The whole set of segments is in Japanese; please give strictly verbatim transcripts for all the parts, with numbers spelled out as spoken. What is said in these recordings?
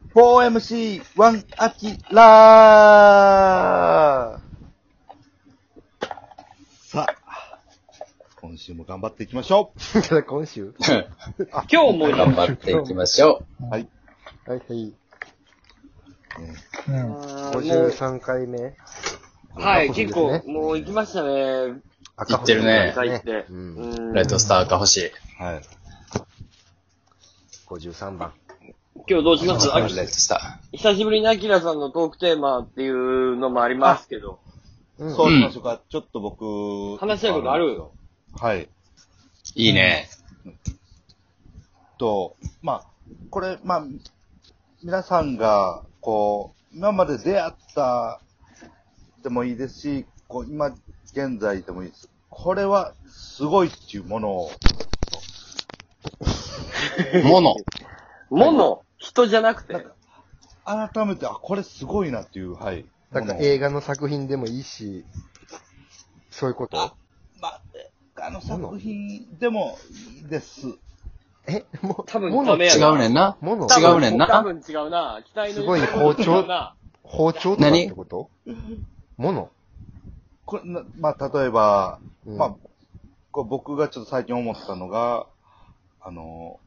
フォーエムシーワン アキラー。さあ、今週も頑張っていきましょう。今週今日も頑張っていきましょう。はい。 はいはい。 ね、 うん。 ごじゅうさんかいめ。 はい、結構、もう行きましたね。 行ってるね。 行って。 うん。レッドスター赤星。 はい。 ごじゅうさんばん。 今日どうします？ レッドスター。久しぶりにアキラさんのトークテーマっていうのもありますけど。 うん、そうしましょうか。ちょっと僕。 話したいことある？ はい。 いいね。 と、まあ、これ、まあ、皆さんが、こう、今まで出会ったでもいいですし、こう今現在でもいいです。これはすごいっていうものを。 もの。 もの、人じゃなくて。 改めて、あ、これすごいなっていう、はい。 なんか映画の作品でもいいし、そういうこと？ あ、まあ、あの作品でもいいです。 え、もう、 多分もの違うねんな。 もの違うねんな。 多分違うな。期待のすごい包丁、包丁とかってことものこれ、まあ、例えば、 うん、 まあ、こう僕がちょっと最近思ったのが、あの、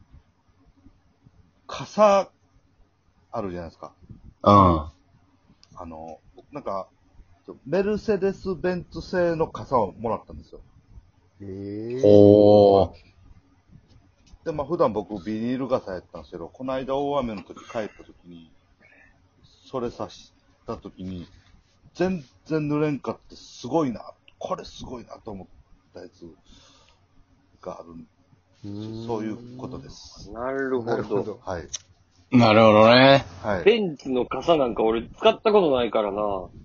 傘、あるじゃないですか。 うん。 あの、なんか、メルセデス・ベンツ製の傘をもらったんですよ。 へぇー。 おー。 で、まあ普段僕ビニール傘やったんですけど、この間大雨の時帰った時に、それさした時に、全然濡れんかってすごいな、これすごいなと思ったやつがある。そういうことです。 なるほど。なるほど。 はい。 なるほどね。 はい。 ベンツの傘なんか俺使ったことないからな。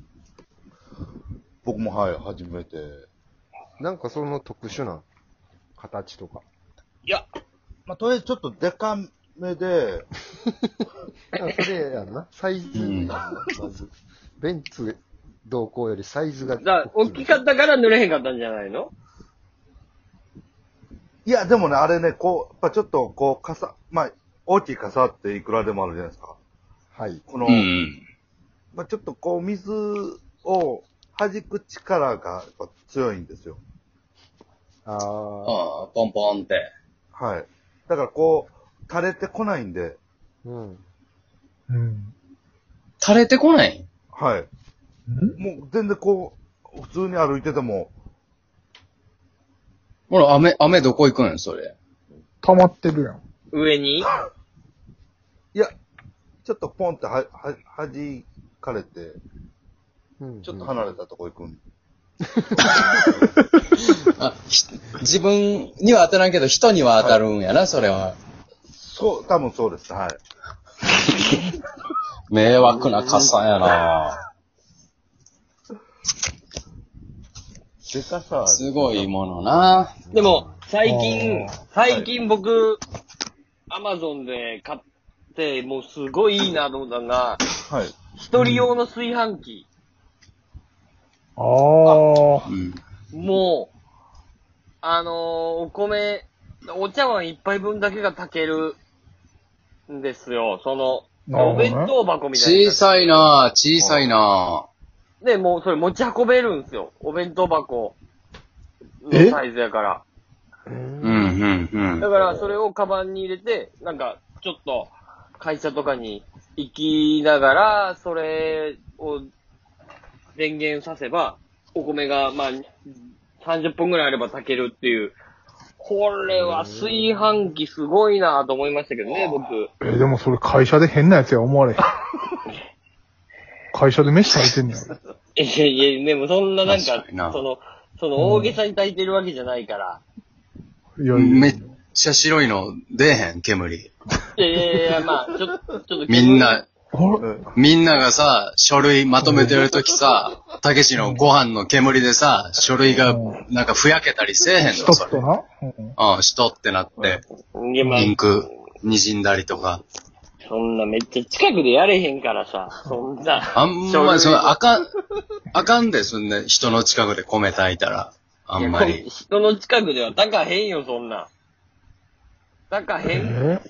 僕もはい、初めて。 なんかその特殊な形とか。 いや、 まあ、とりあえずちょっとデカめで。 それやんな。サイズやんな、まず。ベンツ同行よりサイズが。 だ大きかったから濡れへんかったんじゃないの？ いや、でもね、あれね、こう、やっぱちょっと、こう、傘、まあ、大きい傘っていくらでもあるじゃないですか。 はい。 この、 うん、 まあ、ちょっとこう、水を弾く力がやっぱ強いんですよ。 ああ。 ああ、ポンポンって。 はい。だからこう、垂れてこないんで。 うん。 うん。 垂れてこない？ はい。もう全然こう、普通に歩いてても。 ほら、雨、雨どこ行くんそれ。 溜まってるやん。 上に？ いや、ちょっとポンっては、は、弾かれて、うん、ちょっと離れたとこ行くん。 あ、自分には当たらんけど、人には当たるんやな、はい、それは。 そう、多分そうです。はい。 迷惑な傘やなでかさ。 すごいものな。 でも、最近、最近僕、アマゾンで買って、もうすごいいいなと思ったのが、はい。一人用の炊飯器。 ああ。 うん。もう、あのー、お米、お茶碗一杯分だけが炊けるんですよ。その、お弁当箱みたいな。 小さいなぁ、小さいなぁ。で、もうそれ持ち運べるんですよ。お弁当箱のサイズやから。 うん、うん、うん。 だから、それをカバンに入れて、なんか、ちょっと、会社とかに行きながら、それを電源させば、お米が、まあ、さんじゅっぷんぐらいあれば炊けるっていう。これは炊飯器すごいなと思いましたけどね、僕。 え、でもそれ会社で変なやつや思われへん。会社で飯炊いてんねやろ。 いやいや、でもそんななんか、その、その大げさに炊いてるわけじゃないから。 いやいやめっちゃ白いの出えへん、煙。 いやいやいや、まあ、ちょっと、ちょっと。 みんな、みんながさ、書類まとめてるときさ、たけしのご飯の煙でさ、書類がなんかふやけたりせえへんの、 それ。しとっとな。 うん、しとってなって、インク滲んだりとか。 そんなめっちゃ近くでやれへんからさ、そんな。 あんまり、その、あかん、あかんですね、人の近くで米炊いたら。あんまり。 人の近くでは炊かへんよ、そんな。炊かへん。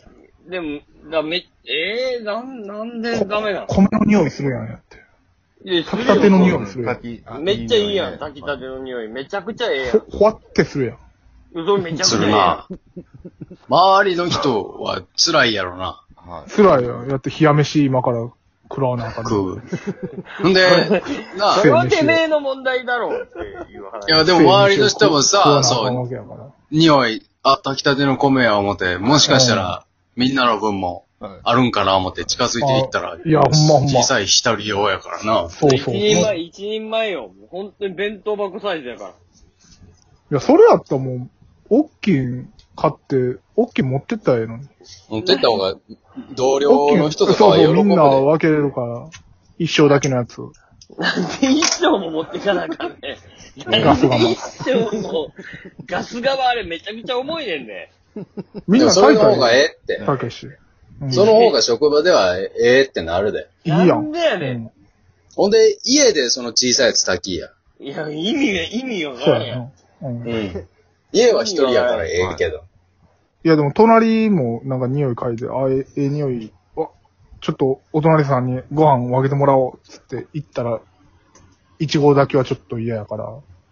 でも、だめ、えー、なん、なんでダメなの？ 米の匂いするやんやって。 いや、 炊きたての匂いするやん。 炊きめっちゃいいやん、 ね炊きたての匂い。めちゃくちゃええやん。 ほ、ほわってするやん。 それめちゃくちするゃええやんな。周りの人は辛いやろな。 はい。 辛いやん。やって冷や飯今から食らわなあかんねん。 食う。ほんで、なあそれはてめえの問題だろうっていう話。 いや、でも周りの人もさ、 食わなあかそう、 んわけやから。 匂い、あ、炊きたての米や思って、もしかしたら、みんなの分もはいあるんかな思って近づいていったら、 いや、ほんまほんま。 小さい一人用やからな。 そうそう。 一人前、 い一人前よ。もう本当に弁当箱サイズやから。 や、それやったらもう、おっきい買って、おっきい持ってったらええのに。 持ってった方が、同おっ僚きいの人とかそうそう、 は喜ぶで。 みんな分けれるから。一生だけのやつ。 なんで一生も持ってかなあかんねん。 ガス釜なんで一生も、ガス釜あれめちゃくちゃ重いねんね。 みんなでもそれの方が炊いたらえええってえ。。たけし。うんその方が職場ではええってなるで。 いいやん。 なんでやねんうんほんで、家でその小さいやつ炊きや。 いや、意味が、意味がわかそうらんやん。 やな。うん。いうん。家は一人やからええけど。 や、でも隣もなんか匂い嗅いで、あ、ええ、ええ匂い。わ、ちょっとお隣さんにご飯をあげてもらおう。つって言ったら、一合だけはちょっと嫌やから。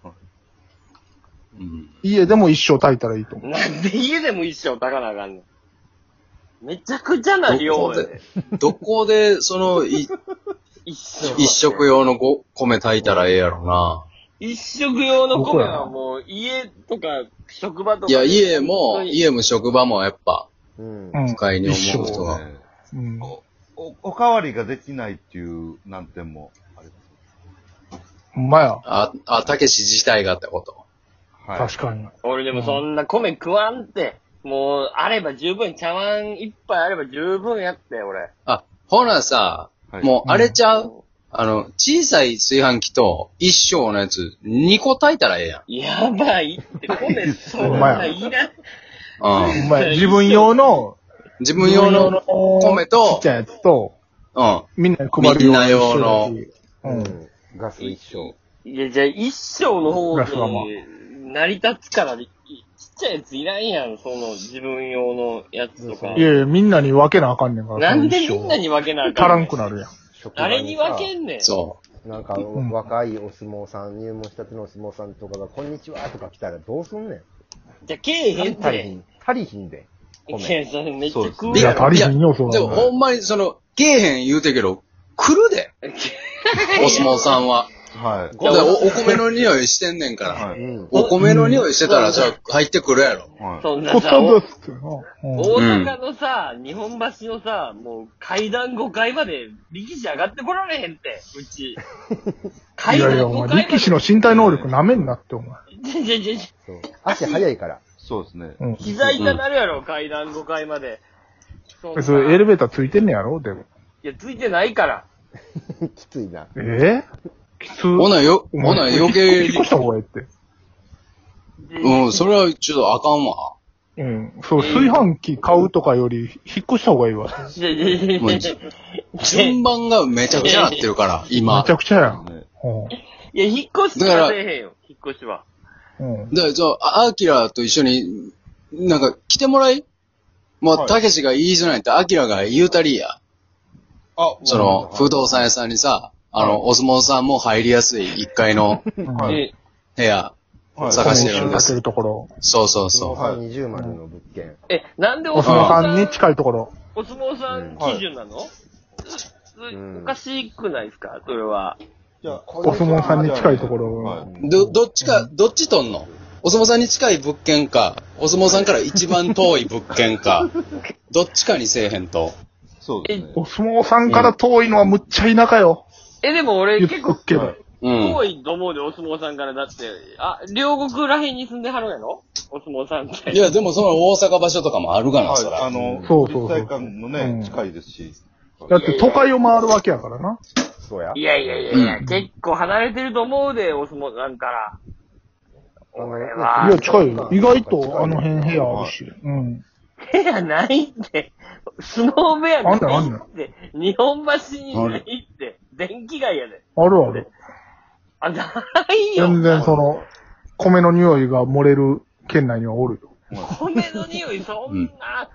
うん。 家でも一生炊いたらいいと思う。 なんで家でも一生炊かなあかんねん。めちゃくちゃな量やで。 どこで、その、い一生。 一食用のご米炊いたらええやろな。 一食用の米はもう家とか職場とか。 いや、家も、 本当に家も職場もやっぱ、 うん。 うん。 不快に思う人が。 ねうん。 お、お、おかわりができないっていう難点もありほんまや。 あ、あ、たけし自体がってこと。 ます。はい。 確かに。 俺でもそんな米食わんって。もう、あれば十分、茶碗一杯あれば十分やって、俺。 あ、ほなさ、 はいもうあれちゃう、あの、小さい炊飯器と一升のやつ、にこ炊いたらええやん。 やばいって、米そんほんまやないらん。 うん。 ほんまや。自分用の、 自分用の米とちっちゃいやつと、 うん。 みんなに配るようなみんな用のう。 うんん。ガス一升。 いや、じゃあ一升の方ガスはまあに成り立つから、ちっちゃいやついらんやん、その自分用のやつとか。 いやいや、みんなに分けなあかんねんから。 なんでその一生みんなに分けなあ足らかんねん。 んくなるやん。 誰に分けんねん。 そなんか、 ん若いお相撲さん、入門したてのお相撲さんとかが、こんにちはとか来たらどうすんねん。 じゃあ、けえへんって。 足りひん。足りひんで。 いや、 米。 それめっちゃ食う。 うやろ。 いや足りひんよそいらやでもほんまにその、けえへん言うてけど、来るで。お相撲さんは。 はい。 だからおお米の匂いしてんねんから。 はい。 うん。 お米の匂いしてたら、じゃあ入ってくるやろ。 はい。 そんなさ、 こっちはおどうすってな。うん大阪のさ、日本橋のさ、もう階段ごかいまで力士上がってこられへんって、うち。 い階やいや、 段お前、 ごかいまで。 力士の身体能力なめんなって、お前。 じゃじゃじゃじそう。足早いから。 そうですね。 うん。 膝痛なるやろ、階段ごかいまで。そんなそれエレベーターついてんねやろでも。 いや、ついてないから。 きついな。 えぇ、きつほなよ、 おほな前余計引っ越した方がええって。 うん、それはちょっとあかんわ。 うん。そう、炊飯器買うとかより、引っ越した方がいいわ。 じゃじゃじゃもうじ順番がめちゃくちゃなってるから、 め今。 ちゃくちゃやん。 ねいや、引っ越しはせえへんよ、引っ越しは。 うん。うん。 で、じゃあ、アキラと一緒に、なんか来てもらいもう、 はいたけしが言いづらいって、アキラが言うたりや。 あ、 その、不動産屋さんにさ、あの、お相撲さんも入りやすいいっかいのはいで、 部屋、 はい探してるんですかけるところ。 そうそうそそうさん二重丸の物件。 え、なんでおお相撲さん相撲さんに近いところ。 お相撲さん基準なの、 んおかしくないですかそれは。 じゃあ、 お相撲さんに近いところ。 はい。 う。ど、どっちか、どっちとんのお相撲さんに近い物件か、お相撲さんから一番遠い物件か、どっちかにせえへんと。 そうですね。 お相撲さんから遠いのはむっちゃ田舎よ。 え、でも俺言っ結構とくけど。 はいうん。 遠いと思うで、お相撲さんから。だって、あ、両国らへんに住んではるんやろお相撲さんって。 いや、でもその大阪場所とかもあるがな、そはい。 ら。 あの、 そうそうそう立体感もうね、 ん近いですし。 だって都会を回るわけやからな。 そうや。 いやいやいやいや、 うん結構離れてると思うで、お相撲さんから。 あの俺は。 いや、近いよ。意外とあの辺部屋あるし。うん。 部屋ないって。相撲部屋ないあんねんあんねんって。日本橋にないって。電気街やで。 あるある。 あ、ないよ。 全然その、米の匂いが漏れる県内にはおるよ。 米の匂いそんな、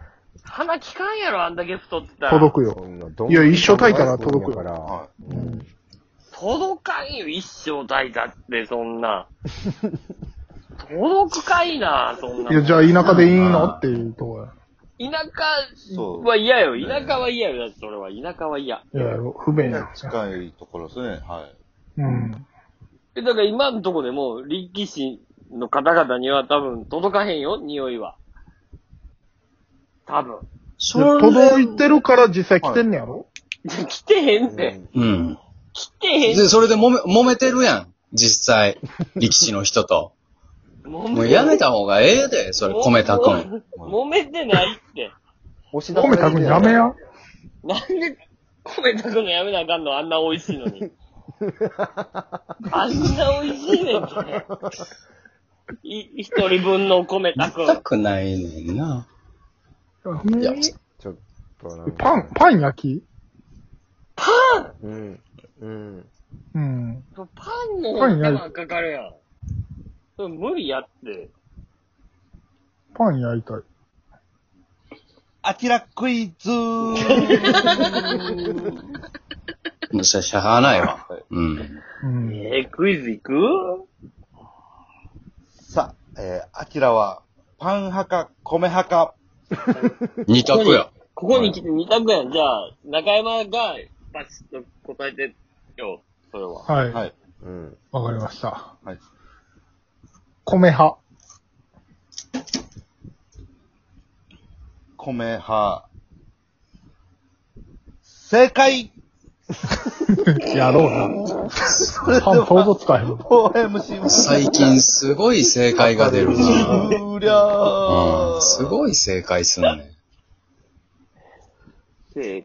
鼻利かんやろ、あんだけ太ってたら。 届くよ。 そんなどんいや一生炊いたら届くよから。 はうん。 届かんよ、一生炊いたって、そんな。届くかいな、そんな。 いや、じゃあ田舎でいいのっていうとこや。 田そう舎は嫌よ。田舎は嫌よ。だって俺は田舎は嫌。 いや、不便や。 近いところですね。はい。 うん。 え、だから今のとこでも、力士の方々には多分届かへんよ、匂いは。多分。 それ届いてるから実際来てんねやろ、 来てへんって。 うん。 来てへんで、それで揉め、揉めてるやん。実際。力士の人と。 ももうやめた方がええで、それ、米炊くん。 揉めてないって。 押し出さ米炊くれてるんやめや。 なんで米炊くのやめなあかんの、あんな美味しいのに。あんな美味しいねんって。い、一人分のお米炊く。 痛くないねんな。いや、 ちょっとなんか。 パン、パン焼きうん。うん。 うん。 パンの方が手間かかるやん。それ無理やって。 パン焼いたい。 アキラクイズーもうしゃ、しゃあないわ。うん。 うん。 えー、クイズ行くさあ、えー、アキラは、パン派か、米派か。 二択や。 ここに来て二択やん。じゃあ、中山がバチッと答えてよ、それは。 はい。 はい。 うん。 わかりました。 はい。 米派。 米派。正解やろうな。パン想像つかへん。 オーエムシー最近すごい正解が出るな。 終了うん。すごい正解すんね。 正